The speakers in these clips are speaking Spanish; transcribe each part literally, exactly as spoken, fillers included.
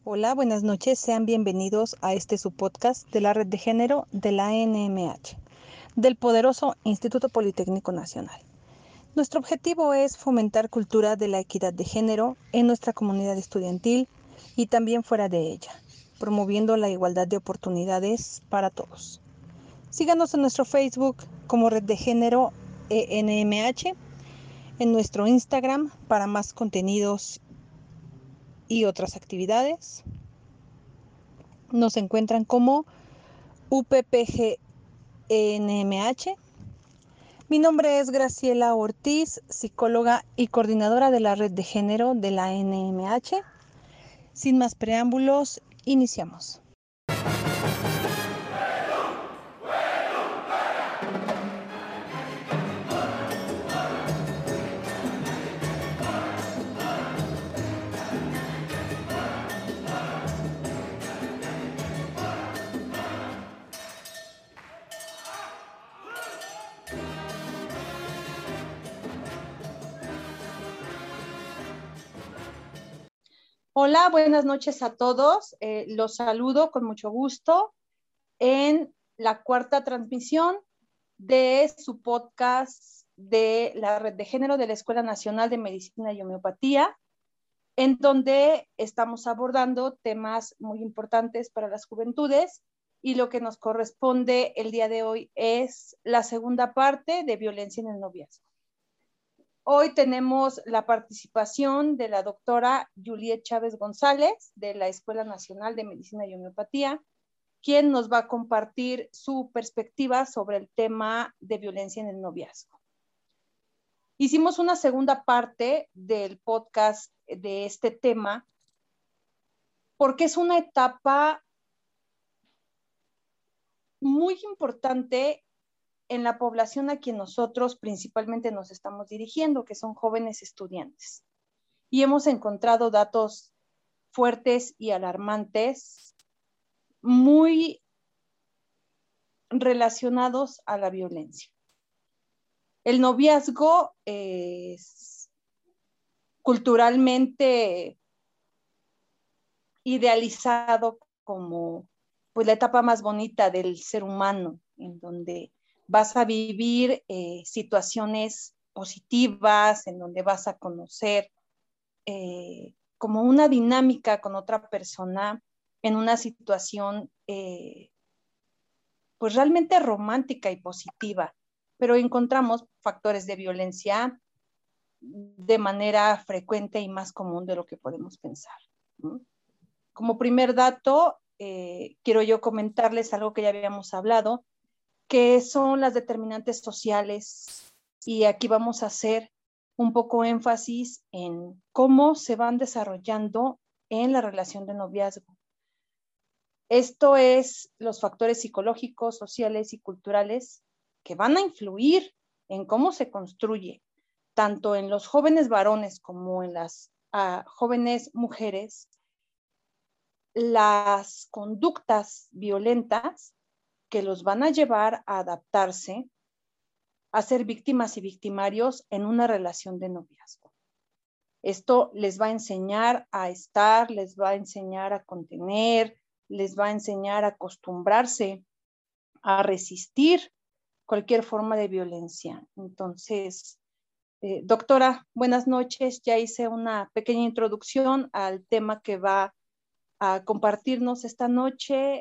Hola, buenas noches. Sean bienvenidos a este subpodcast de la Red de Género de la A N M H, del poderoso Instituto Politécnico Nacional. Nuestro objetivo es fomentar cultura de la equidad de género en nuestra comunidad estudiantil y también fuera de ella, promoviendo la igualdad de oportunidades para todos. Síganos en nuestro Facebook como Red de Género E N M H, en nuestro Instagram para más contenidos y otras actividades. Nos encuentran como U P P G E N M H. Mi nombre es Graciela Ortiz, psicóloga y coordinadora de la Red de Género de la A N M H. Sin más preámbulos, iniciamos. Hola, buenas noches a todos. Eh, los saludo con mucho gusto en la cuarta transmisión de su podcast de la Red de Género de la Escuela Nacional de Medicina y Homeopatía, en donde estamos abordando temas muy importantes para las juventudes, y lo que nos corresponde el día de hoy es la segunda parte de violencia en el noviazgo. Hoy tenemos la participación de la doctora Juliet Chávez González de la Escuela Nacional de Medicina y Homeopatía, quien nos va a compartir su perspectiva sobre el tema de violencia en el noviazgo. Hicimos una segunda parte del podcast de este tema porque es una etapa muy importante en la población a quien nosotros principalmente nos estamos dirigiendo, que son jóvenes estudiantes. Y hemos encontrado datos fuertes y alarmantes, muy relacionados a la violencia. El noviazgo es culturalmente idealizado como pues, la etapa más bonita del ser humano, en donde vas a vivir eh, situaciones positivas, en donde vas a conocer eh, como una dinámica con otra persona en una situación eh, pues realmente romántica y positiva, pero encontramos factores de violencia de manera frecuente y más común de lo que podemos pensar, ¿no? Como primer dato, eh, quiero yo comentarles algo que ya habíamos hablado, que son las determinantes sociales, y aquí vamos a hacer un poco énfasis en cómo se van desarrollando en la relación de noviazgo. Esto es los factores psicológicos, sociales y culturales que van a influir en cómo se construye, tanto en los jóvenes varones como en las uh, jóvenes mujeres, las conductas violentas que los van a llevar a adaptarse a ser víctimas y victimarios en una relación de noviazgo. Esto les va a enseñar a estar, les va a enseñar a contener, les va a enseñar a acostumbrarse a resistir cualquier forma de violencia. Entonces, eh, doctora, buenas noches. Ya hice una pequeña introducción al tema que va a compartirnos esta noche.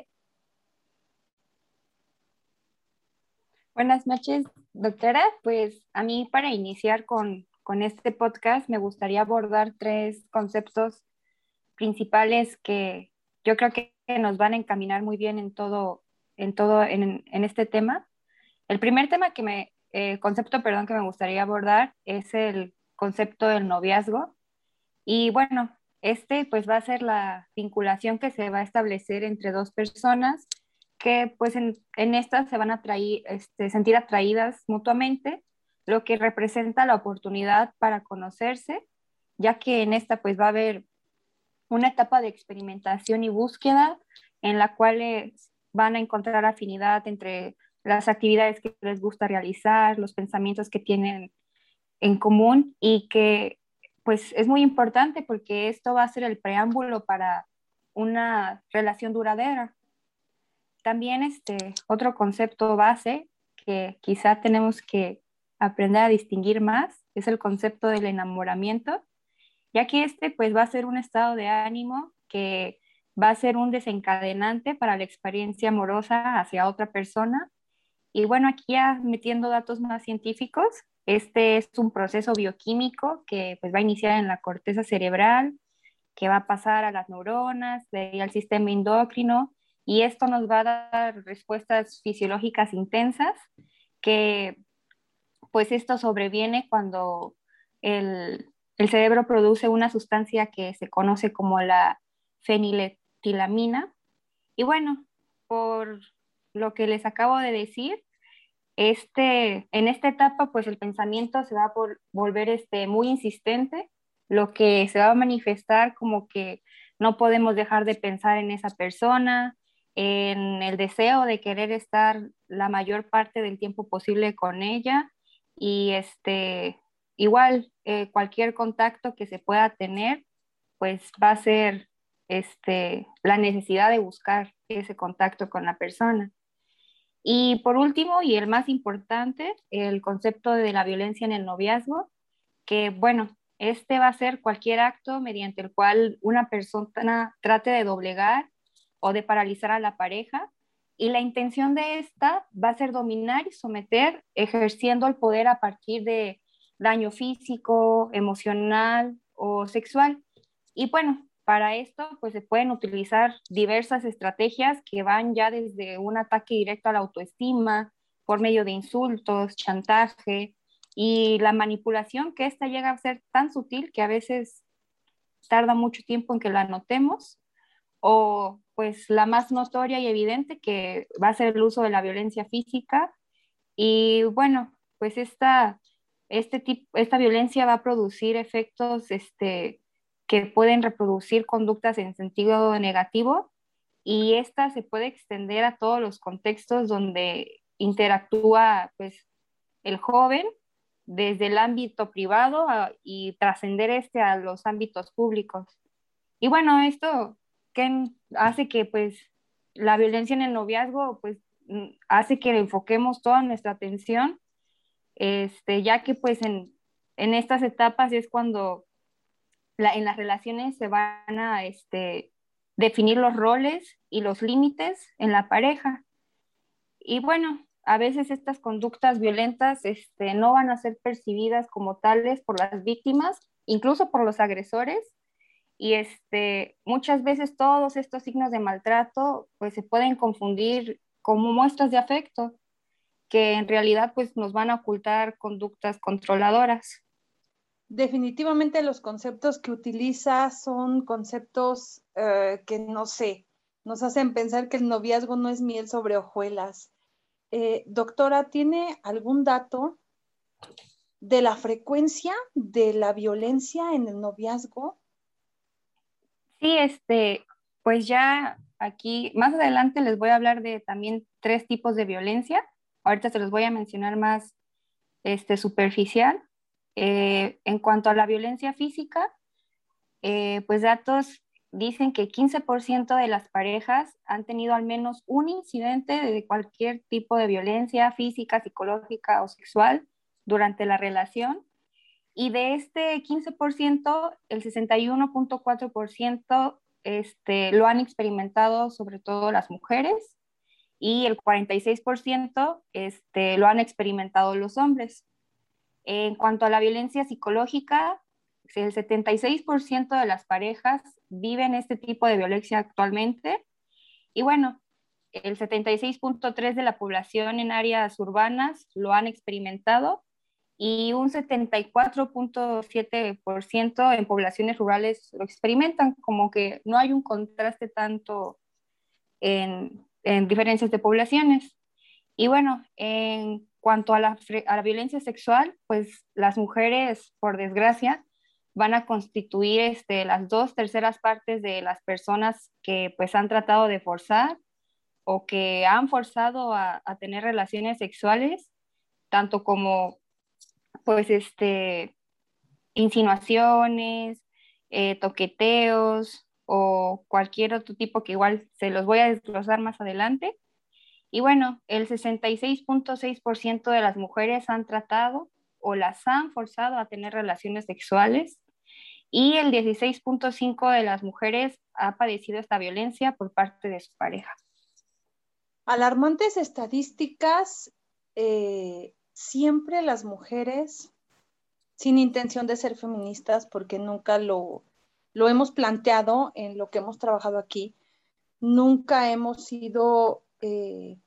Buenas noches, doctora. Pues a mí, para iniciar con, con este podcast, me gustaría abordar tres conceptos principales que yo creo que nos van a encaminar muy bien en todo, en todo, en, en este tema. El primer tema que me, eh, concepto, perdón, que me gustaría abordar es el concepto del noviazgo. Y bueno, este pues va a ser la vinculación que se va a establecer entre dos personas que pues en, en estas se van a atraer, este, sentir atraídas mutuamente, lo que representa la oportunidad para conocerse, ya que en esta pues va a haber una etapa de experimentación y búsqueda en la cual es, van a encontrar afinidad entre las actividades que les gusta realizar, los pensamientos que tienen en común, y que pues es muy importante porque esto va a ser el preámbulo para una relación duradera. También este otro concepto base que quizá tenemos que aprender a distinguir más es el concepto del enamoramiento, ya que este pues va a ser un estado de ánimo que va a ser un desencadenante para la experiencia amorosa hacia otra persona. Y bueno, aquí ya metiendo datos más científicos, este es un proceso bioquímico que pues va a iniciar en la corteza cerebral, que va a pasar a las neuronas, de ahí al sistema endocrino, y esto nos va a dar respuestas fisiológicas intensas, que pues esto sobreviene cuando el, el cerebro produce una sustancia que se conoce como la feniletilamina. Y bueno, por lo que les acabo de decir, este, en esta etapa, pues el pensamiento se va a vol- volver este, muy insistente, lo que se va a manifestar como que no podemos dejar de pensar en esa persona, en el deseo de querer estar la mayor parte del tiempo posible con ella y este, igual eh, cualquier contacto que se pueda tener, pues va a ser este, la necesidad de buscar ese contacto con la persona. Y por último, y el más importante, el concepto de la violencia en el noviazgo, que bueno, este va a ser cualquier acto mediante el cual una persona trate de doblegar o de paralizar a la pareja. Y la intención de esta va a ser dominar y someter, ejerciendo el poder a partir de daño físico, emocional o sexual. Y bueno, para esto, pues se pueden utilizar diversas estrategias que van ya desde un ataque directo a la autoestima, por medio de insultos, chantaje y la manipulación, que esta llega a ser tan sutil que a veces tarda mucho tiempo en que la notemos, o pues la más notoria y evidente que va a ser el uso de la violencia física. Y bueno, pues esta, este tipo, esta violencia va a producir efectos este, que pueden reproducir conductas en sentido negativo, y esta se puede extender a todos los contextos donde interactúa pues el joven, desde el ámbito privado a- y trascender este a los ámbitos públicos. Y bueno, esto que hace que pues la violencia en el noviazgo pues mm, hace que enfoquemos toda nuestra atención, este, ya que pues en, en estas etapas es cuando la- en las relaciones se van a este, definir los roles y los límites en la pareja. Y bueno, a veces estas conductas violentas este, no van a ser percibidas como tales por las víctimas, incluso por los agresores, y este, muchas veces todos estos signos de maltrato pues se pueden confundir como muestras de afecto, que en realidad pues nos van a ocultar conductas controladoras. Definitivamente los conceptos que utiliza son conceptos eh, que no sé, nos hacen pensar que el noviazgo no es miel sobre hojuelas. Eh, doctora, ¿tiene algún dato de la frecuencia de la violencia en el noviazgo? Sí, este, pues ya aquí más adelante les voy a hablar de también tres tipos de violencia. Ahorita se los voy a mencionar más este, superficial. Eh, en cuanto a la violencia física, eh, pues datos dicen que quince por ciento de las parejas han tenido al menos un incidente de cualquier tipo de violencia física, psicológica o sexual durante la relación. Y de este quince por ciento, el sesenta y uno punto cuatro por ciento este, lo han experimentado sobre todo las mujeres, y el cuarenta y seis por ciento este, lo han experimentado los hombres. En cuanto a la violencia psicológica, el setenta y seis por ciento de las parejas viven este tipo de violencia actualmente. Y bueno, el setenta y seis punto tres por ciento de la población en áreas urbanas lo han experimentado, y un setenta y cuatro punto siete por ciento en poblaciones rurales lo experimentan, como que no hay un contraste tanto en, en diferencias de poblaciones. Y bueno, en cuanto a la, a la violencia sexual, pues las mujeres, por desgracia, van a constituir este, las dos terceras partes de las personas que pues han tratado de forzar o que han forzado a, a tener relaciones sexuales, tanto como pues este, insinuaciones, eh, toqueteos, o cualquier otro tipo que igual se los voy a desglosar más adelante. Y bueno, el sesenta y seis punto seis por ciento de las mujeres han tratado o las han forzado a tener relaciones sexuales y el dieciséis punto cinco por ciento de las mujeres ha padecido esta violencia por parte de su pareja. Alarmantes estadísticas, eh, siempre las mujeres, sin intención de ser feministas, porque nunca lo, lo hemos planteado en lo que hemos trabajado aquí, nunca hemos sido eh,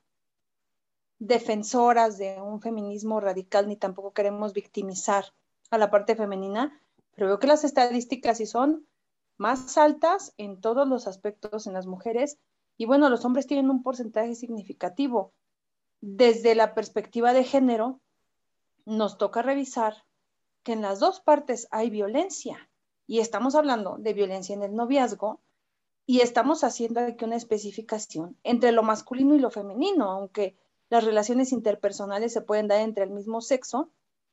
defensoras de un feminismo radical, ni tampoco queremos victimizar a la parte femenina, pero veo que las estadísticas sí son más altas en todos los aspectos en las mujeres, y bueno, los hombres tienen un porcentaje significativo. Desde la perspectiva de género, nos toca revisar que en las dos partes hay violencia, y estamos hablando de violencia en el noviazgo, y estamos haciendo aquí una especificación entre lo masculino y lo femenino, aunque las relaciones interpersonales se pueden dar entre el mismo sexo.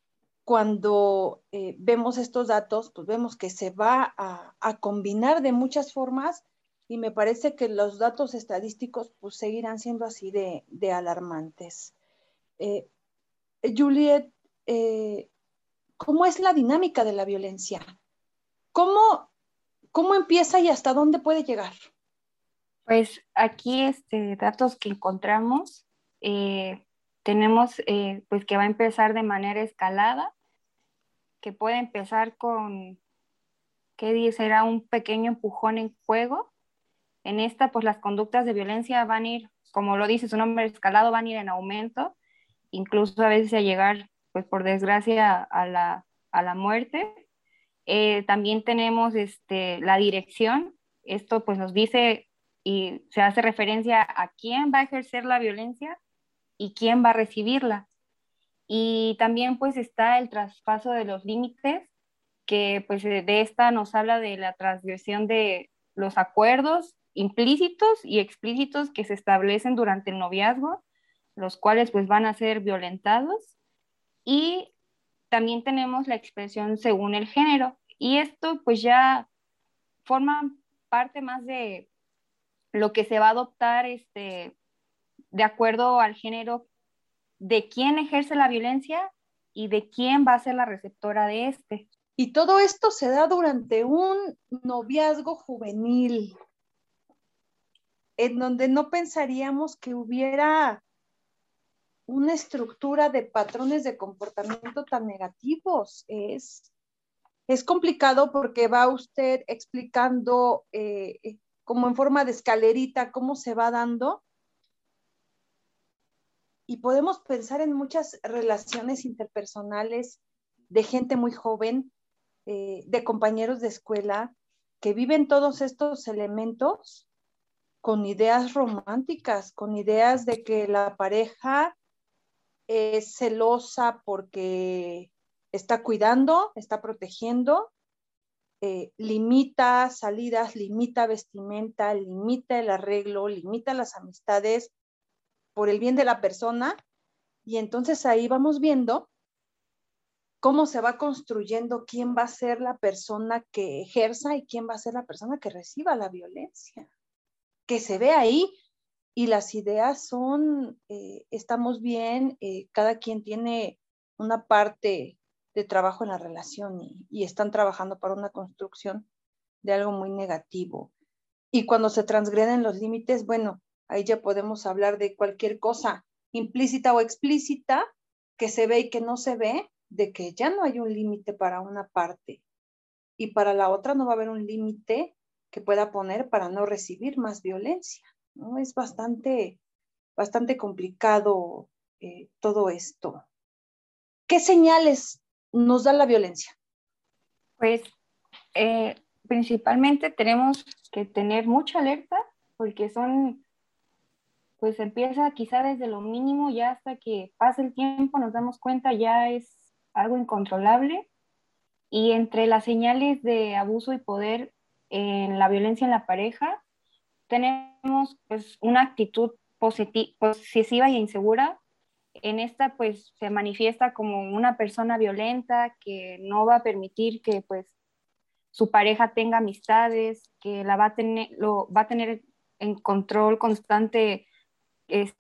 Cuando eh, vemos estos datos, pues vemos que se va a, a combinar de muchas formas, y me parece que los datos estadísticos pues seguirán siendo así de, de alarmantes. Eh, Juliet, eh, ¿cómo es la dinámica de la violencia? ¿Cómo, cómo empieza y hasta dónde puede llegar? Pues aquí este, datos que encontramos, eh, tenemos eh, pues que va a empezar de manera escalada, que puede empezar con, ¿qué será? Un pequeño empujón en juego. En esta, pues las conductas de violencia van a ir, como lo dice su nombre, escalado, van a ir en aumento, incluso a veces a llegar, pues por desgracia, a la, a la muerte. Eh, también tenemos este, la dirección. Esto pues nos dice y se hace referencia a quién va a ejercer la violencia y quién va a recibirla. Y también pues está el traspaso de los límites, que pues de esta nos habla de la transgresión de los acuerdos implícitos y explícitos que se establecen durante el noviazgo, los cuales pues van a ser violentados. Y también tenemos la expresión según el género, y esto pues ya forma parte más de lo que se va a adoptar este, de acuerdo al género de quién ejerce la violencia y de quién va a ser la receptora de este. Y todo esto se da durante un noviazgo juvenil, en donde no pensaríamos que hubiera una estructura de patrones de comportamiento tan negativos. Es, es complicado porque va usted explicando eh, como en forma de escalerita cómo se va dando, y podemos pensar en muchas relaciones interpersonales de gente muy joven, eh, de compañeros de escuela, que viven todos estos elementos con ideas románticas, con ideas de que la pareja es celosa porque está cuidando, está protegiendo, eh, limita salidas, limita vestimenta, limita el arreglo, limita las amistades por el bien de la persona. Y entonces ahí vamos viendo cómo se va construyendo quién va a ser la persona que ejerza y quién va a ser la persona que reciba la violencia, que se ve ahí. Y las ideas son, eh, estamos bien, eh, cada quien tiene una parte de trabajo en la relación, y, y están trabajando para una construcción de algo muy negativo. Y cuando se transgreden los límites, bueno, ahí ya podemos hablar de cualquier cosa implícita o explícita, que se ve y que no se ve, de que ya no hay un límite para una parte, y para la otra no va a haber un límite que pueda poner para no recibir más violencia, ¿no? Es bastante, bastante complicado eh, todo esto. ¿Qué señales nos da la violencia? Pues eh, principalmente tenemos que tener mucha alerta, porque son, pues empieza quizá desde lo mínimo, ya hasta que pasa el tiempo nos damos cuenta ya es algo incontrolable. Y entre las señales de abuso y poder en la violencia en la pareja, tenemos pues una actitud posesiva e insegura. En esta pues se manifiesta como una persona violenta que no va a permitir que pues su pareja tenga amistades, que la va a tener, lo va a tener en control constante este,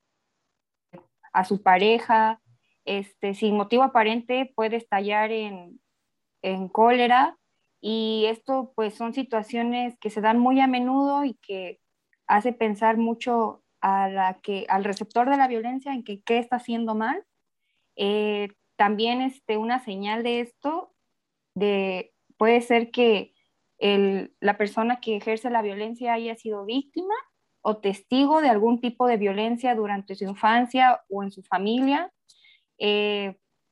a su pareja, este, sin motivo aparente puede estallar en, en cólera, y esto pues son situaciones que se dan muy a menudo y que hace pensar mucho a la que, al receptor de la violencia en que qué está haciendo mal. Eh, también este, una señal de esto de, puede ser que el, la persona que ejerce la violencia haya sido víctima o testigo de algún tipo de violencia durante su infancia o en su familia. Eh,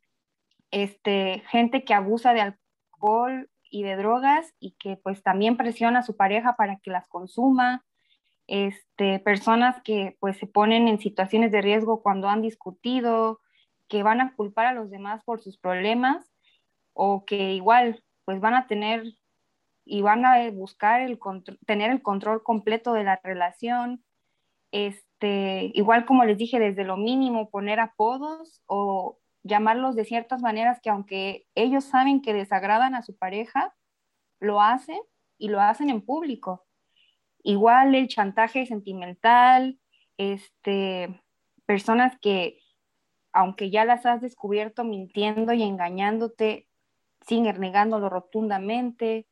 este, gente que abusa de alcohol y de drogas y que pues también presiona a su pareja para que las consuma. Este, personas que pues se ponen en situaciones de riesgo cuando han discutido, que van a culpar a los demás por sus problemas, o que igual pues van a tener y van a buscar el tener el control completo de la relación. Este, igual como les dije, desde lo mínimo, poner apodos o llamarlos de ciertas maneras que aunque ellos saben que desagradan a su pareja, lo hacen y lo hacen en público. Igual el chantaje sentimental, este, personas que aunque ya las has descubierto mintiendo y engañándote, siguen negándolo rotundamente.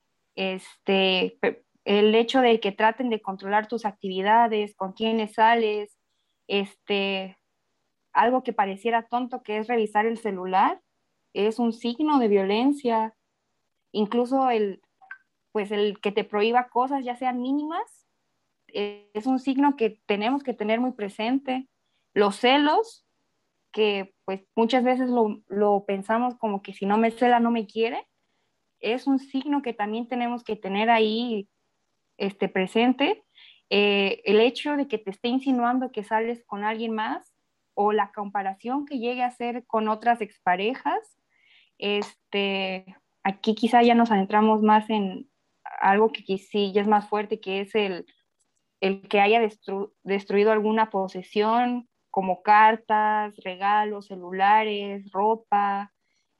Este, el hecho de que traten de controlar tus actividades, con quiénes sales, este, algo que pareciera tonto que es revisar el celular, es un signo de violencia. Incluso el, pues el que te prohíba cosas, ya sean mínimas, es un signo que tenemos que tener muy presente. Los celos, que pues muchas veces lo, lo pensamos como que si no me cela no me quiere, es un signo que también tenemos que tener ahí este, presente. Eh, el hecho de que te esté insinuando que sales con alguien más o la comparación que llegue a hacer con otras exparejas, este, aquí quizá ya nos adentramos más en algo que sí ya es más fuerte, que es el, el que haya destru destruido alguna posesión, como cartas, regalos, celulares, ropa,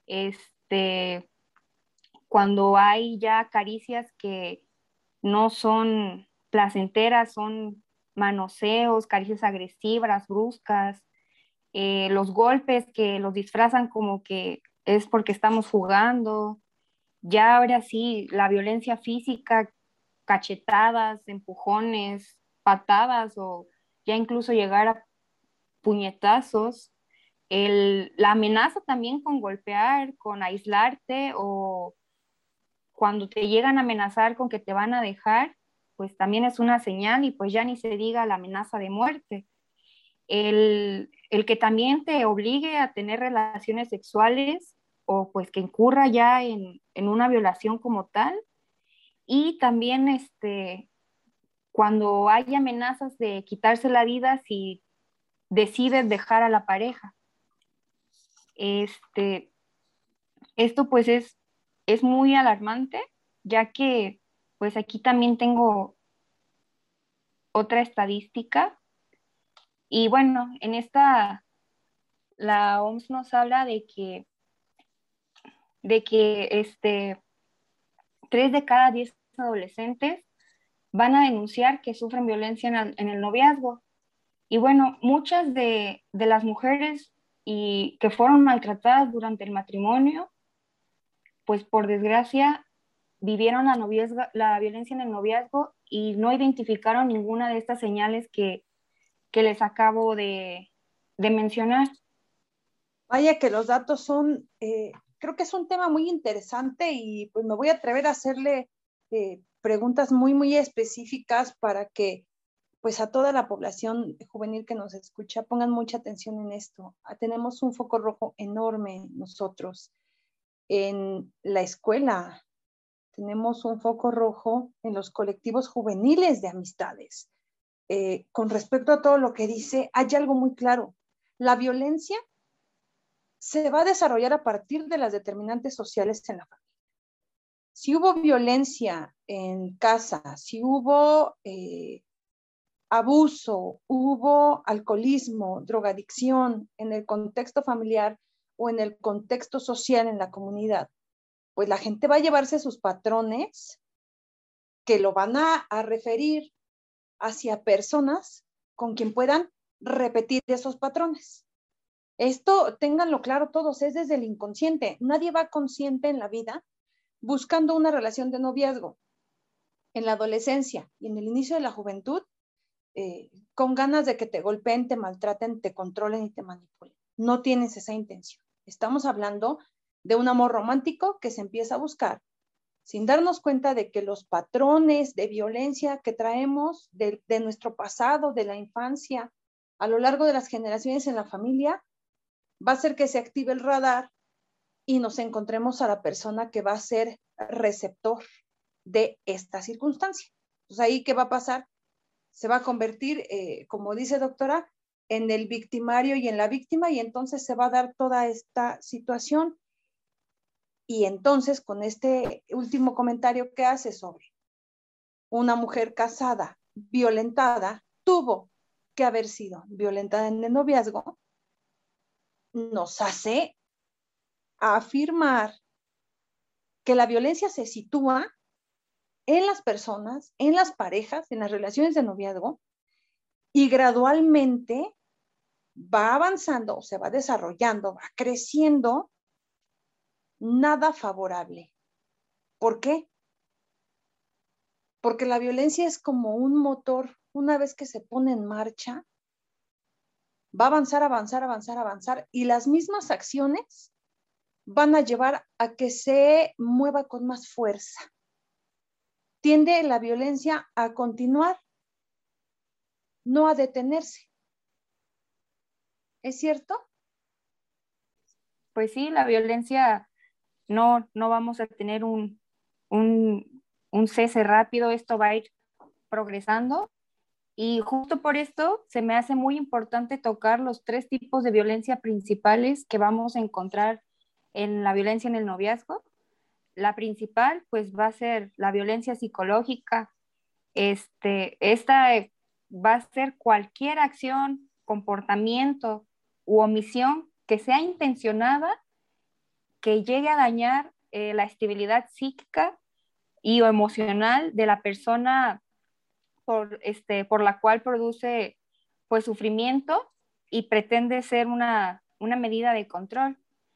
este, cuando hay ya caricias que no son placenteras, son manoseos, caricias agresivas, bruscas, eh, los golpes que los disfrazan como que es porque estamos jugando. Ya ahora sí, la violencia física, cachetadas, empujones, patadas o ya incluso llegar a puñetazos. El, la amenaza también con golpear, con aislarte, o cuando te llegan a amenazar con que te van a dejar, pues también es una señal, y pues ya ni se diga la amenaza de muerte. El, el que también te obligue a tener relaciones sexuales o pues que incurra ya en, en una violación como tal. Y también este, cuando hay amenazas de quitarse la vida si decides dejar a la pareja. Este, esto pues es, es muy alarmante, ya que pues aquí también tengo otra estadística. Y bueno, en esta, la O M S nos habla de que, de que este, tres de cada diez adolescentes van a denunciar que sufren violencia en el, en el noviazgo. Y bueno, muchas de, de las mujeres y que fueron maltratadas durante el matrimonio, pues por desgracia vivieron la, noviazgo, la violencia en el noviazgo y no identificaron ninguna de estas señales que, que les acabo de, de mencionar. Vaya que los datos son, eh, creo que es un tema muy interesante y pues me voy a atrever a hacerle eh, preguntas muy, muy específicas para que pues a toda la población juvenil que nos escucha pongan mucha atención en esto. Tenemos un foco rojo enorme nosotros en la escuela. Tenemos un foco rojo en los colectivos juveniles de amistades. Eh, con respecto a todo lo que dice, hay algo muy claro. La violencia se va a desarrollar a partir de las determinantes sociales en la familia. Si hubo violencia en casa, si hubo eh, abuso, hubo alcoholismo, drogadicción en el contexto familiar o en el contexto social en la comunidad, pues la gente va a llevarse sus patrones que lo van a, a referir hacia personas con quien puedan repetir esos patrones. Esto, ténganlo claro todos, es desde el inconsciente. Nadie va consciente en la vida buscando una relación de noviazgo. En la adolescencia y en el inicio de la juventud, eh, con ganas de que te golpeen, te maltraten, te controlen y te manipulen. No tienes esa intención. Estamos hablando de un amor romántico que se empieza a buscar sin darnos cuenta de que los patrones de violencia que traemos de, de nuestro pasado, de la infancia, a lo largo de las generaciones en la familia, va a hacer que se active el radar y nos encontremos a la persona que va a ser receptor de esta circunstancia. Entonces, ¿ahí qué va a pasar? Se va a convertir, eh, como dice doctora, en el victimario y en la víctima, y entonces se va a dar toda esta situación. Y entonces, con este último comentario que hace sobre una mujer casada, violentada, tuvo que haber sido violentada en el noviazgo, nos hace afirmar que la violencia se sitúa en las personas, en las parejas, en las relaciones de noviazgo, y gradualmente va avanzando, se va desarrollando, va creciendo, nada favorable. ¿Por qué? Porque la violencia es como un motor, una vez que se pone en marcha, va a avanzar, avanzar, avanzar, avanzar, y las mismas acciones van a llevar a que se mueva con más fuerza. Tiende la violencia a continuar, no a detenerse. ¿Es cierto? Pues sí, la violencia no, no vamos a tener un, un, un cese rápido, esto va a ir progresando. Y justo por esto se me hace muy importante tocar los tres tipos de violencia principales que vamos a encontrar en la violencia en el noviazgo. La principal, pues, va a ser la violencia psicológica. Este, esta eh, va a ser cualquier acción, comportamiento u omisión que sea intencionada, que llegue a dañar eh, la estabilidad psíquica y o emocional de la persona por, este, por la cual produce pues sufrimiento y pretende ser una, una medida de control.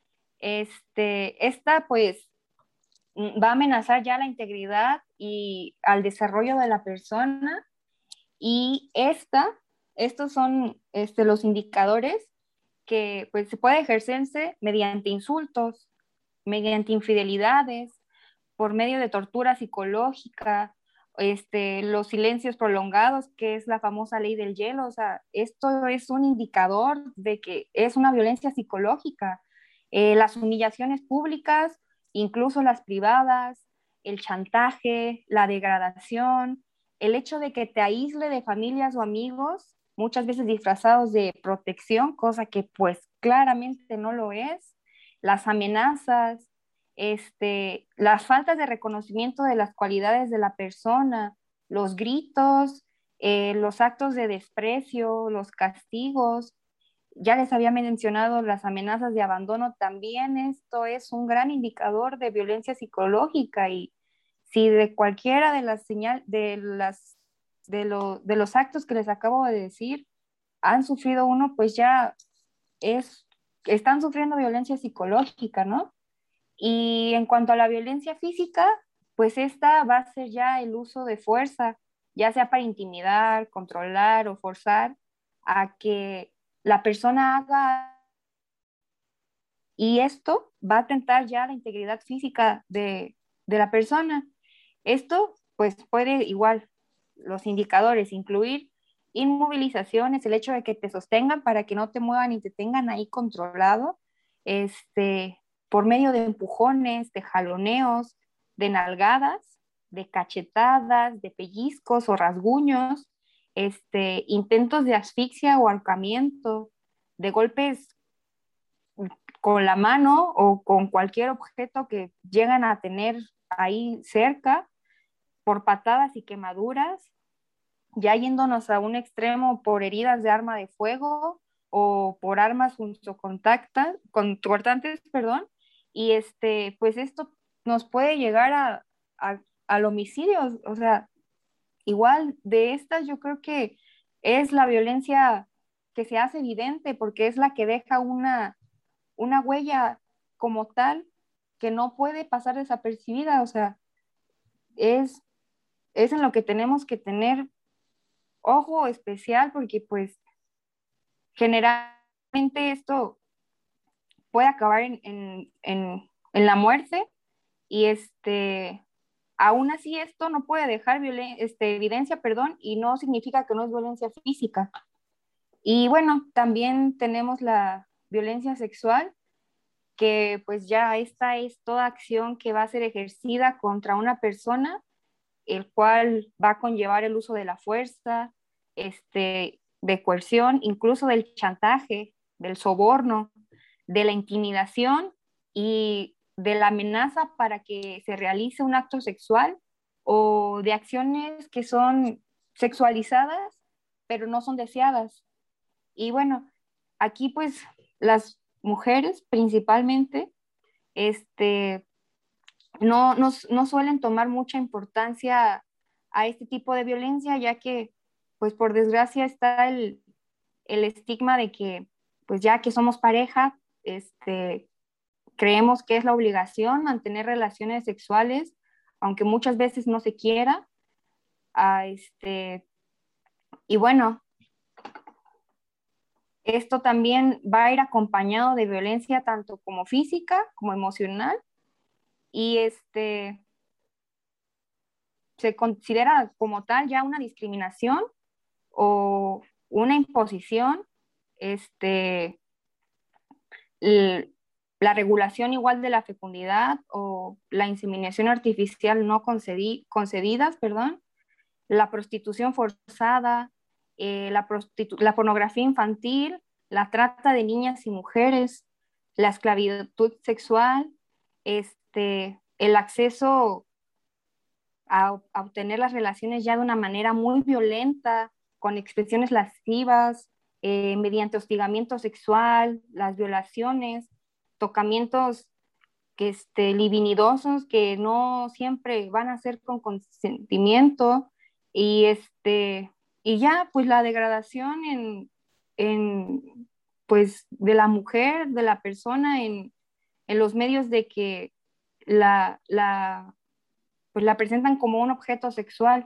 Este, esta pues va a amenazar ya la integridad y al desarrollo de la persona, y esta, estos son este, los indicadores que pues se puede ejercerse mediante insultos, mediante infidelidades, por medio de tortura psicológica, este, los silencios prolongados, que es la famosa ley del hielo. O sea, esto es un indicador de que es una violencia psicológica. Eh, las humillaciones públicas, incluso las privadas, el chantaje, la degradación, el hecho de que te aísle de familias o amigos, muchas veces disfrazados de protección, cosa que pues claramente no lo es, las amenazas, este, las faltas de reconocimiento de las cualidades de la persona, los gritos, eh, los actos de desprecio, los castigos. Ya les había mencionado las amenazas de abandono también. Esto es un gran indicador de violencia psicológica, y si de cualquiera de las señal, de las de, lo, de los actos que les acabo de decir han sufrido uno, pues ya es, están sufriendo violencia psicológica, ¿no? Y en cuanto a la violencia física, pues esta va a ser ya el uso de fuerza, ya sea para intimidar, controlar o forzar a que la persona haga, y esto va a atentar ya la integridad física de, de la persona. Esto pues puede igual, los indicadores, incluir inmovilizaciones, el hecho de que te sostengan para que no te muevan y te tengan ahí controlado, este, por medio de empujones, de jaloneos, de nalgadas, de cachetadas, de pellizcos o rasguños, este, intentos de asfixia o ahorcamiento, de golpes con la mano o con cualquier objeto que llegan a tener ahí cerca, por patadas y quemaduras, ya yéndonos a un extremo por heridas de arma de fuego o por armas punzocortantes, perdón, y este, pues esto nos puede llegar a, a, al homicidio. O sea, igual de estas yo creo que es la violencia que se hace evidente porque es la que deja una, una huella como tal que no puede pasar desapercibida. O sea, es, es en lo que tenemos que tener ojo especial porque pues generalmente esto puede acabar en, en, en, en la muerte y este, aún así esto no puede dejar violen este, evidencia, perdón, y no significa que no es violencia física. Y bueno, también tenemos la violencia sexual, que pues ya esta es toda acción que va a ser ejercida contra una persona, el cual va a conllevar el uso de la fuerza, este, de coerción, incluso del chantaje, del soborno, de la intimidación y de la amenaza para que se realice un acto sexual o de acciones que son sexualizadas, pero no son deseadas. Y bueno, aquí pues las mujeres principalmente, este, no, no, no suelen tomar mucha importancia a este tipo de violencia, ya que, pues por desgracia, está el, el estigma de que, pues ya que somos pareja, este, creemos que es la obligación mantener relaciones sexuales, aunque muchas veces no se quiera. A este, y bueno, esto también va a ir acompañado de violencia tanto como física como emocional y este, se considera como tal ya una discriminación o una imposición, este, la regulación igual de la fecundidad o la inseminación artificial no concedi concedidas, perdón, la prostitución forzada, eh, la, prostitu la pornografía infantil, la trata de niñas y mujeres, la esclavitud sexual, este, el acceso a, a obtener las relaciones ya de una manera muy violenta, con expresiones lascivas, eh, mediante hostigamiento sexual, las violaciones, tocamientos que, este, libidinosos que no siempre van a ser con consentimiento y, este, y ya pues la degradación en, en, pues de la mujer, de la persona en, en los medios de que la, la pues la presentan como un objeto sexual.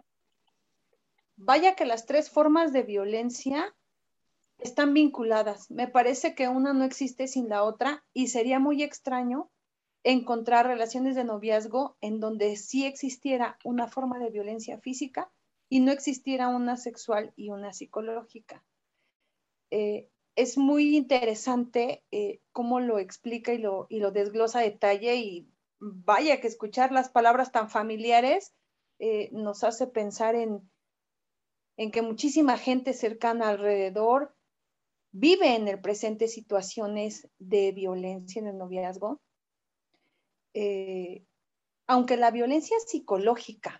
Vaya que las tres formas de violencia están vinculadas. Me parece que una no existe sin la otra y sería muy extraño encontrar relaciones de noviazgo en donde sí existiera una forma de violencia física y no existiera una sexual y una psicológica. Eh, es muy interesante eh, cómo lo explica y lo, y lo desglosa a detalle y vaya que escuchar las palabras tan familiares eh, nos hace pensar en, en que muchísima gente cercana alrededor vive en el presente situaciones de violencia en el noviazgo. Eh, aunque la violencia psicológica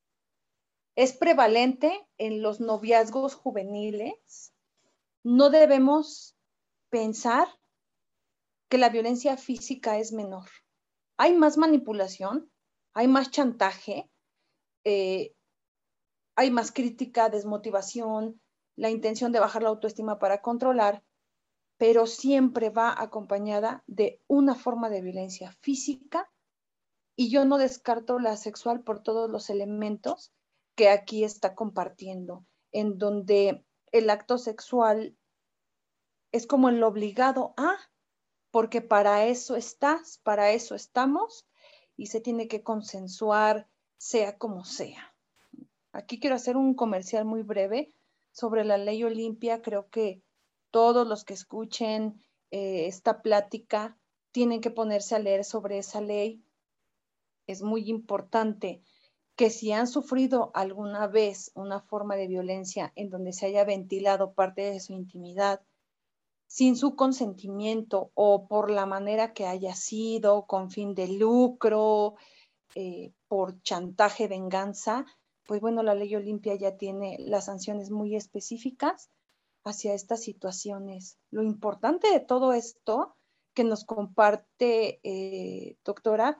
es prevalente en los noviazgos juveniles, no debemos pensar que la violencia física es menor. Hay más manipulación, hay más chantaje, eh, hay más crítica, desmotivación, la intención de bajar la autoestima para controlar, pero siempre va acompañada de una forma de violencia física y yo no descarto la sexual por todos los elementos que aquí está compartiendo, en donde el acto sexual es como el obligado a, porque para eso estás, para eso estamos y se tiene que consensuar sea como sea. Aquí quiero hacer un comercial muy breve sobre la ley Olimpia. Creo que todos los que escuchen eh, esta plática tienen que ponerse a leer sobre esa ley. Es muy importante que si han sufrido alguna vez una forma de violencia en donde se haya ventilado parte de su intimidad sin su consentimiento o por la manera que haya sido, con fin de lucro, eh, por chantaje, venganza, pues bueno, la ley Olimpia ya tiene las sanciones muy específicas hacia estas situaciones. Lo importante de todo esto que nos comparte, eh, doctora,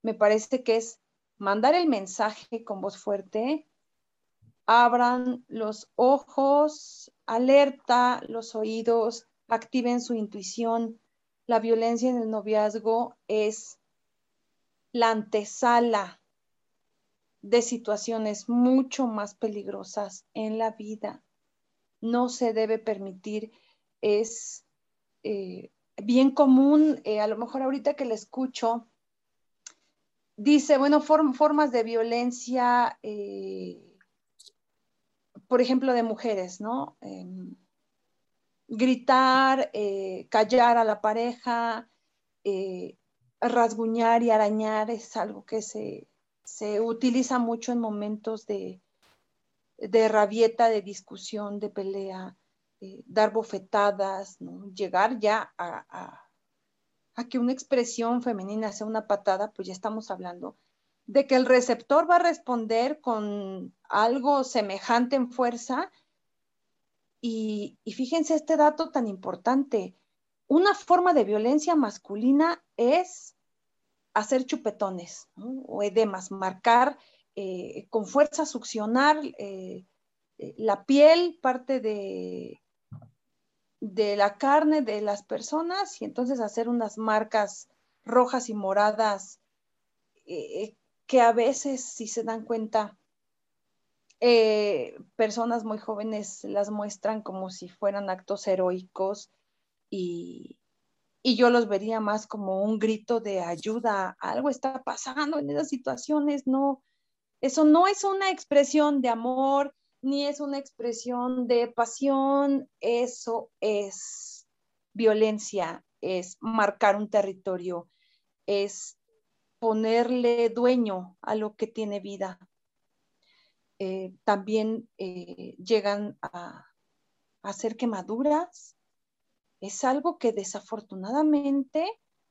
me parece que es mandar el mensaje con voz fuerte, abran los ojos, alerta los oídos, activen su intuición. La violencia en el noviazgo es la antesala de situaciones mucho más peligrosas en la vida. No se debe permitir, es eh, bien común, eh, a lo mejor ahorita que le escucho, dice, bueno, form, formas de violencia, eh, por ejemplo, de mujeres, ¿no? Eh, gritar, eh, callar a la pareja, eh, rasguñar y arañar es algo que se, se utiliza mucho en momentos de, de rabieta, de discusión, de pelea, eh, dar bofetadas, ¿no? Llegar ya a, a, a que una expresión femenina sea una patada, pues ya estamos hablando de que el receptor va a responder con algo semejante en fuerza. Y, y fíjense este dato tan importante. Una forma de violencia masculina es hacer chupetones, ¿no? O edemas, marcar eh, con fuerza, succionar eh, eh, la piel, parte de, de la carne de las personas y entonces hacer unas marcas rojas y moradas eh, que a veces, si se dan cuenta, eh, personas muy jóvenes las muestran como si fueran actos heroicos y, y yo los vería más como un grito de ayuda, algo está pasando en esas situaciones, no, eso no es una expresión de amor, ni es una expresión de pasión, eso es violencia, es marcar un territorio, es ponerle dueño a lo que tiene vida. Eh, también eh, llegan a, a hacer quemaduras. Es algo que desafortunadamente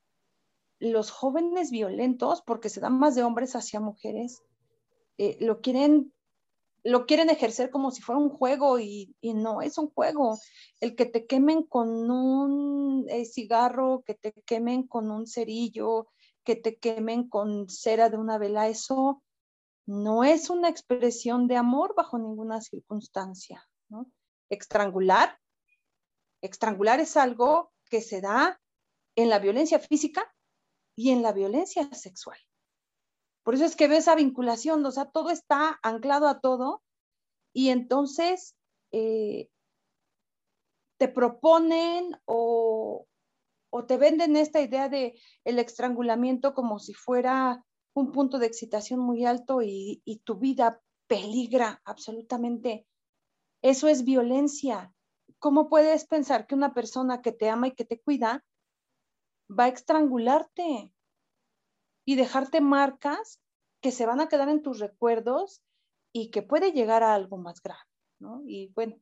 los jóvenes violentos, porque se dan más de hombres hacia mujeres, eh, lo quieren lo quieren ejercer como si fuera un juego y, y no es un juego. El que te quemen con un eh, cigarro, que te quemen con un cerillo, que te quemen con cera de una vela, eso no es una expresión de amor bajo ninguna circunstancia, ¿no? Estrangular, estrangular es algo que se da en la violencia física y en la violencia sexual. Por eso es que veo esa vinculación, o sea, todo está anclado a todo y entonces eh, te proponen o, o te venden esta idea de el estrangulamiento como si fuera un punto de excitación muy alto y, y tu vida peligra absolutamente. Eso es violencia. ¿Cómo puedes pensar que una persona que te ama y que te cuida va a estrangularte y dejarte marcas que se van a quedar en tus recuerdos y que puede llegar a algo más grave, ¿no? Y bueno,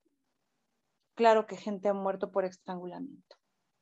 claro que gente ha muerto por estrangulamiento.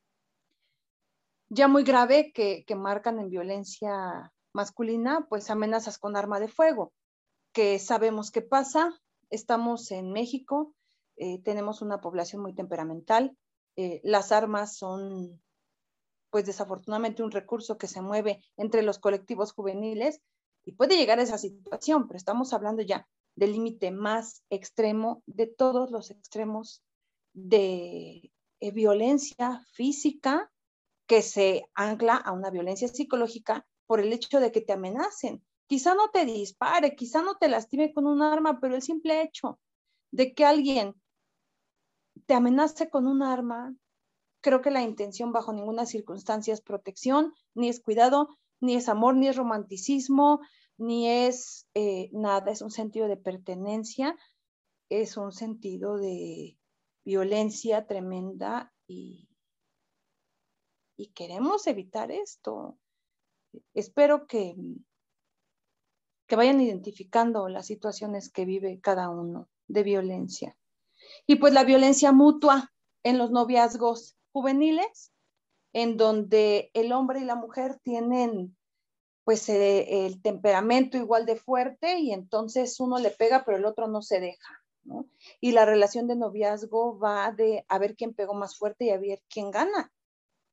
Ya muy grave que, que marcan en violencia masculina, pues amenazas con arma de fuego, que sabemos qué pasa. Estamos en México, eh, tenemos una población muy temperamental, eh, las armas son, pues desafortunadamente, un recurso que se mueve entre los colectivos juveniles y puede llegar a esa situación, pero estamos hablando ya del límite más extremo de todos los extremos de eh, violencia física que se ancla a una violencia psicológica por el hecho de que te amenacen. Quizá no te dispare, quizá no te lastime con un arma, pero el simple hecho de que alguien te amenace con un arma, creo que la intención bajo ninguna circunstancia es protección, ni es cuidado, ni es amor, ni es romanticismo, ni es eh, nada, es un sentido de pertenencia, es un sentido de violencia tremenda y, y queremos evitar esto. Espero que, que vayan identificando las situaciones que vive cada uno de violencia. Y pues la violencia mutua en los noviazgos juveniles, en donde el hombre y la mujer tienen pues eh, el temperamento igual de fuerte y entonces uno le pega pero el otro no se deja, ¿no? Y la relación de noviazgo va de a ver quién pegó más fuerte y a ver quién gana.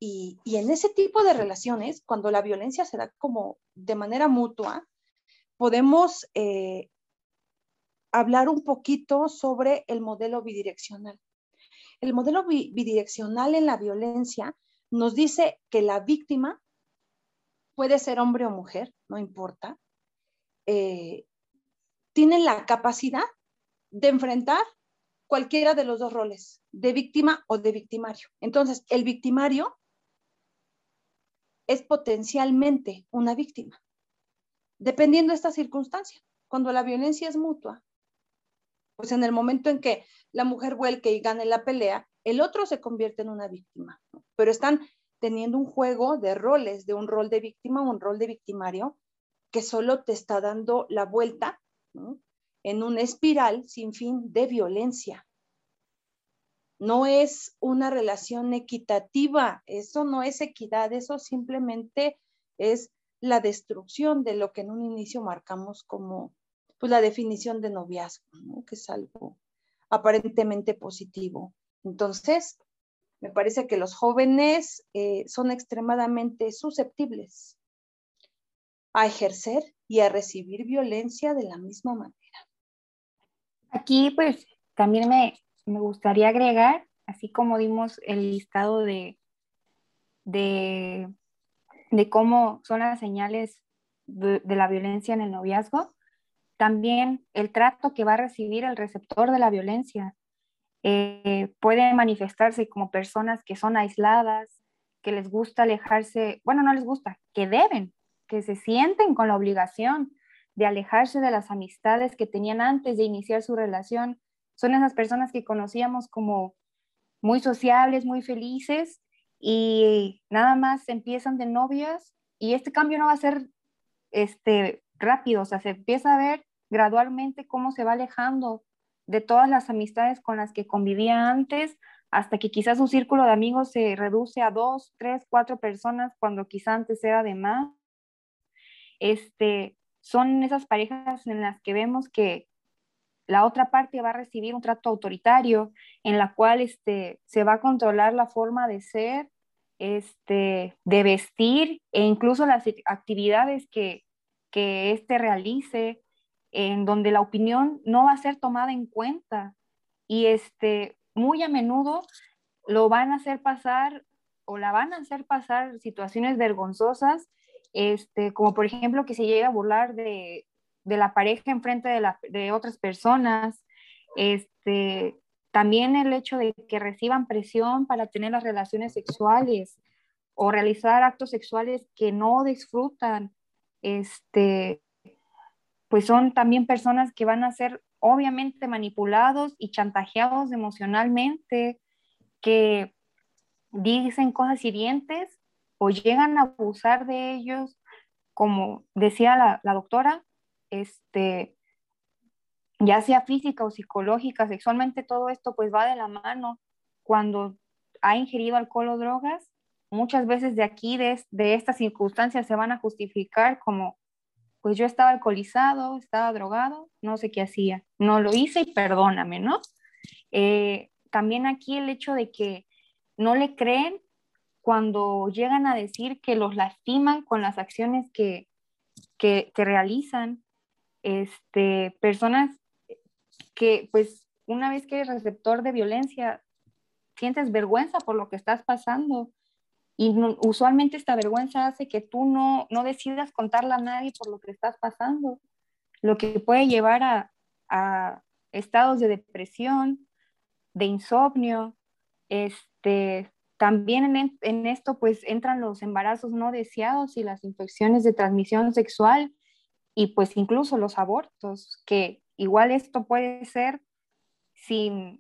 Y, y en ese tipo de relaciones, cuando la violencia se da como de manera mutua, podemos eh, hablar un poquito sobre el modelo bidireccional. El modelo bidireccional en la violencia nos dice que la víctima puede ser hombre o mujer, no importa, eh, tienen la capacidad de enfrentar cualquiera de los dos roles, de víctima o de victimario. Entonces, el victimario es potencialmente una víctima, dependiendo de esta circunstancia. Cuando la violencia es mutua, pues en el momento en que la mujer vuelque y gane la pelea, el otro se convierte en una víctima, ¿no? Pero están teniendo un juego de roles, de un rol de víctima o un rol de victimario, que solo te está dando la vuelta, ¿no?, en una espiral sin fin de violencia. No es una relación equitativa, eso no es equidad, eso simplemente es la destrucción de lo que en un inicio marcamos como, pues, la definición de noviazgo, ¿no?, que es algo aparentemente positivo. Entonces, me parece que los jóvenes eh, son extremadamente susceptibles a ejercer y a recibir violencia de la misma manera. Aquí, pues, también me, me gustaría agregar, así como dimos el listado de, de, de cómo son las señales de, de la violencia en el noviazgo, también el trato que va a recibir el receptor de la violencia. Eh, puede manifestarse como personas que son aisladas, que les gusta alejarse, bueno, no les gusta, que deben, que se sienten con la obligación de alejarse de las amistades que tenían antes de iniciar su relación. Son esas personas que conocíamos como muy sociables, muy felices, y nada más empiezan de novias, y este cambio no va a ser este, rápido, o sea, se empieza a ver gradualmente cómo se va alejando de todas las amistades con las que convivía antes, hasta que quizás su círculo de amigos se reduce a dos, tres, cuatro personas, cuando quizás antes era de más. Este, son esas parejas en las que vemos que la otra parte va a recibir un trato autoritario, en la cual este, se va a controlar la forma de ser, este, de vestir, e incluso las actividades que, que éste realice, en donde la opinión no va a ser tomada en cuenta. Y este, muy a menudo lo van a hacer pasar o la van a hacer pasar situaciones vergonzosas, este, como por ejemplo que se llega a burlar de, de la pareja en frente de, la, de otras personas, este, también el hecho de que reciban presión para tener las relaciones sexuales o realizar actos sexuales que no disfrutan, este, pues son también personas que van a ser obviamente manipulados y chantajeados emocionalmente, que dicen cosas hirientes o llegan a abusar de ellos, como decía la, la doctora, este, ya sea física o psicológica, sexualmente, todo esto pues va de la mano. Cuando ha ingerido alcohol o drogas, muchas veces de aquí, de, de estas circunstancias, se van a justificar como, pues yo estaba alcoholizado, estaba drogado, no sé qué hacía, no lo hice y perdóname, ¿no? Eh, también aquí el hecho de que no le creen cuando llegan a decir que los lastiman con las acciones que, que, que realizan, este, personas que pues una vez que eres receptor de violencia, sientes vergüenza por lo que estás pasando, y no, usualmente esta vergüenza hace que tú no, no decidas contarle a nadie por lo que estás pasando, lo que puede llevar a, a estados de depresión, de insomnio. Este, también en, en esto pues entran los embarazos no deseados y las infecciones de transmisión sexual, y pues incluso los abortos, que igual esto puede ser sin,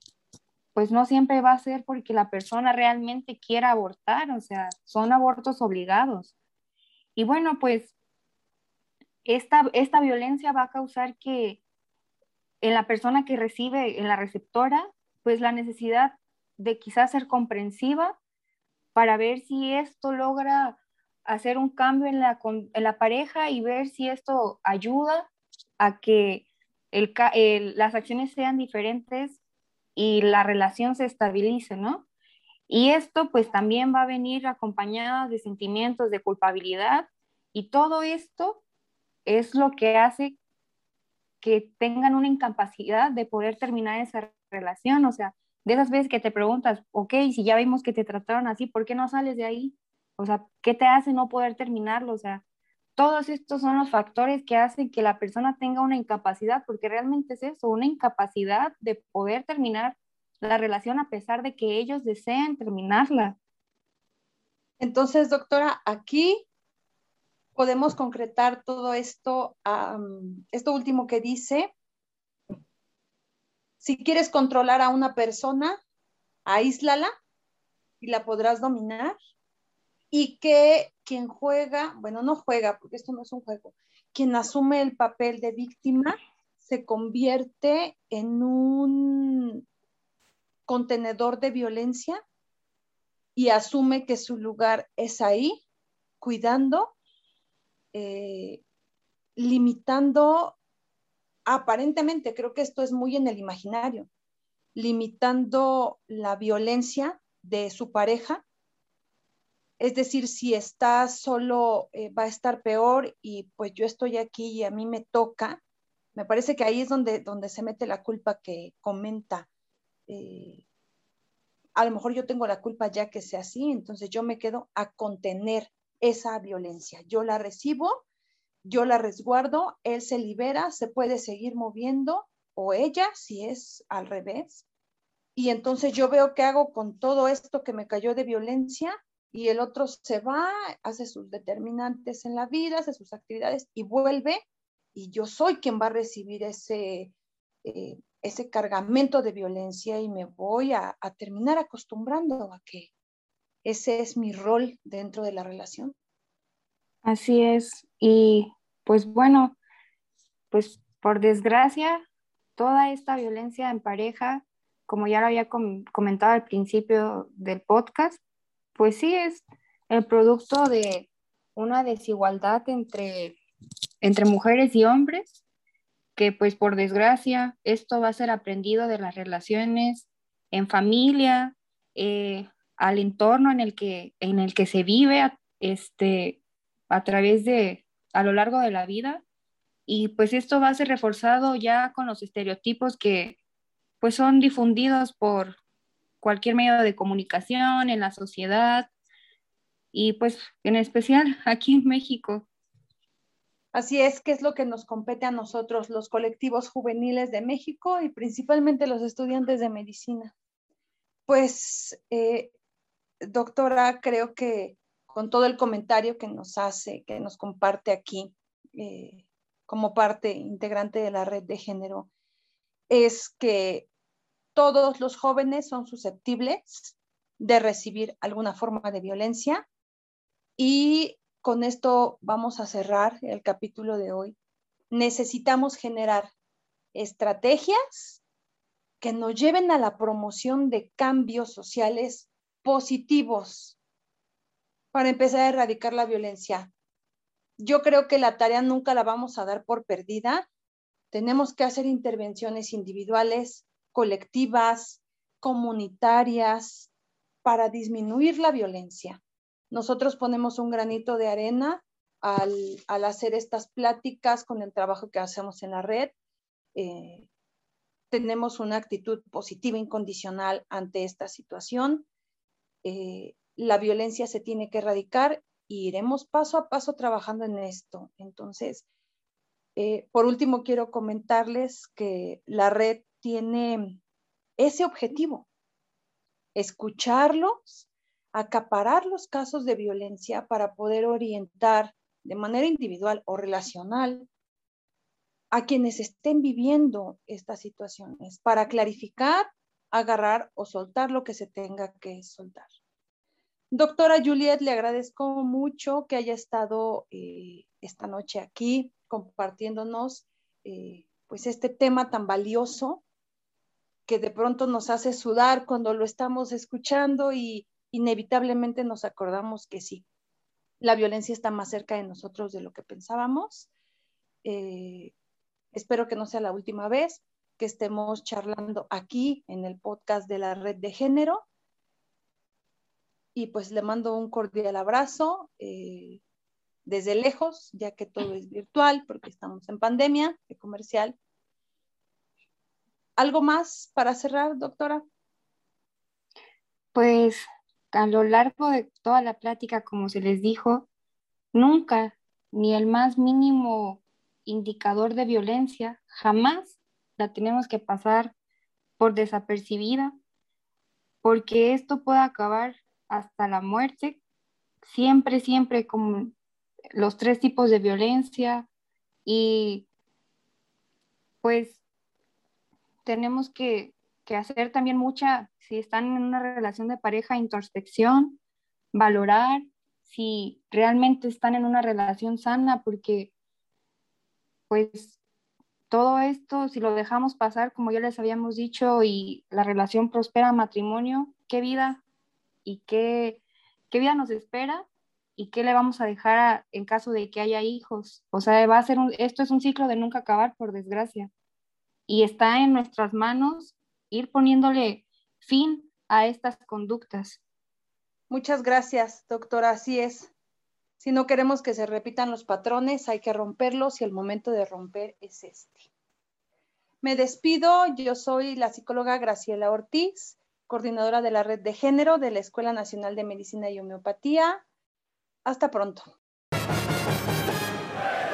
pues no siempre va a ser porque la persona realmente quiera abortar, o sea, son abortos obligados. Y bueno, pues esta, esta violencia va a causar que en la persona que recibe, en la receptora, pues la necesidad de quizás ser comprensiva para ver si esto logra hacer un cambio en la, en la pareja, y ver si esto ayuda a que el, el, las acciones sean diferentes y la relación se estabilice, ¿no? Y esto pues también va a venir acompañado de sentimientos de culpabilidad y todo esto es lo que hace que tengan una incapacidad de poder terminar esa relación. O sea, de esas veces que te preguntas, ok, si ya vimos que te trataron así, ¿por qué no sales de ahí? O sea, ¿qué te hace no poder terminarlo? O sea, todos estos son los factores que hacen que la persona tenga una incapacidad, porque realmente es eso, una incapacidad de poder terminar la relación a pesar de que ellos deseen terminarla. Entonces, doctora, aquí podemos concretar todo esto, um, esto último que dice. Si quieres controlar a una persona, aíslala y la podrás dominar. Y que quien juega, bueno, no juega, porque esto no es un juego, quien asume el papel de víctima se convierte en un contenedor de violencia y asume que su lugar es ahí, cuidando, eh, limitando, aparentemente, creo que esto es muy en el imaginario, limitando la violencia de su pareja. Es decir, si está solo, eh, va a estar peor y pues yo estoy aquí y a mí me toca. Me parece que ahí es donde, donde se mete la culpa que comenta. Eh, a lo mejor yo tengo la culpa ya que sea así, entonces yo me quedo a contener esa violencia. Yo la recibo, yo la resguardo, él se libera, se puede seguir moviendo, o ella, si es al revés. Y entonces yo veo qué hago con todo esto que me cayó de violencia y el otro se va, hace sus determinantes en la vida, hace sus actividades y vuelve y yo soy quien va a recibir ese, eh, ese cargamento de violencia y me voy a, a terminar acostumbrando a que ese es mi rol dentro de la relación. Así es. Y pues bueno, pues por desgracia, toda esta violencia en pareja, como ya lo había com- comentado al principio del podcast, pues sí es el producto de una desigualdad entre, entre mujeres y hombres, que pues por desgracia esto va a ser aprendido de las relaciones en familia, eh, al entorno en el que, en el que se vive a, este, a través de, a lo largo de la vida. Y pues esto va a ser reforzado ya con los estereotipos que pues son difundidos por cualquier medio de comunicación en la sociedad y pues en especial aquí en México. Así es, que es lo que nos compete a nosotros, los colectivos juveniles de México y principalmente los estudiantes de medicina. Pues, eh, doctora, creo que con todo el comentario que nos hace, que nos comparte aquí eh, como parte integrante de la red de género, es que todos los jóvenes son susceptibles de recibir alguna forma de violencia y con esto vamos a cerrar el capítulo de hoy. Necesitamos generar estrategias que nos lleven a la promoción de cambios sociales positivos para empezar a erradicar la violencia. Yo creo que la tarea nunca la vamos a dar por perdida. Tenemos que hacer intervenciones individuales, colectivas, comunitarias, para disminuir la violencia. Nosotros ponemos un granito de arena al, al hacer estas pláticas con el trabajo que hacemos en la red. Eh, tenemos una actitud positiva incondicional ante esta situación. Eh, la violencia se tiene que erradicar y iremos paso a paso trabajando en esto. Entonces, eh, por último, quiero comentarles que la red tiene ese objetivo, escucharlos, acaparar los casos de violencia para poder orientar de manera individual o relacional a quienes estén viviendo estas situaciones para clarificar, agarrar o soltar lo que se tenga que soltar. Doctora Juliet, le agradezco mucho que haya estado eh, esta noche aquí compartiéndonos eh, pues este tema tan valioso que de pronto nos hace sudar cuando lo estamos escuchando y inevitablemente nos acordamos que sí, la violencia está más cerca de nosotros de lo que pensábamos. Eh, espero que no sea la última vez que estemos charlando aquí en el podcast de la Red de Género. y pues le mando un cordial abrazo eh, desde lejos, ya que todo es virtual porque estamos en pandemia de comercial. ¿Algo más para cerrar, doctora? Pues a lo largo de toda la plática, como se les dijo, nunca, ni el más mínimo indicador de violencia, jamás la tenemos que pasar por desapercibida, porque esto puede acabar hasta la muerte, siempre, siempre como los tres tipos de violencia y pues tenemos que, que hacer también mucha, si están en una relación de pareja, introspección, valorar si realmente están en una relación sana, porque pues todo esto, si lo dejamos pasar, como ya les habíamos dicho, y la relación prospera matrimonio, ¿qué vida y qué, qué vida nos espera? ¿Y qué le vamos a dejar a- en caso de que haya hijos? O sea, va a ser un, esto es un ciclo de nunca acabar, por desgracia. Y está en nuestras manos ir poniéndole fin a estas conductas. Muchas gracias, doctora. Así es. Si no queremos que se repitan los patrones, hay que romperlos y el momento de romper es este. Me despido. Yo soy la psicóloga Graciela Ortiz, coordinadora de la Red de Género de la Escuela Nacional de Medicina y Homeopatía. Hasta pronto.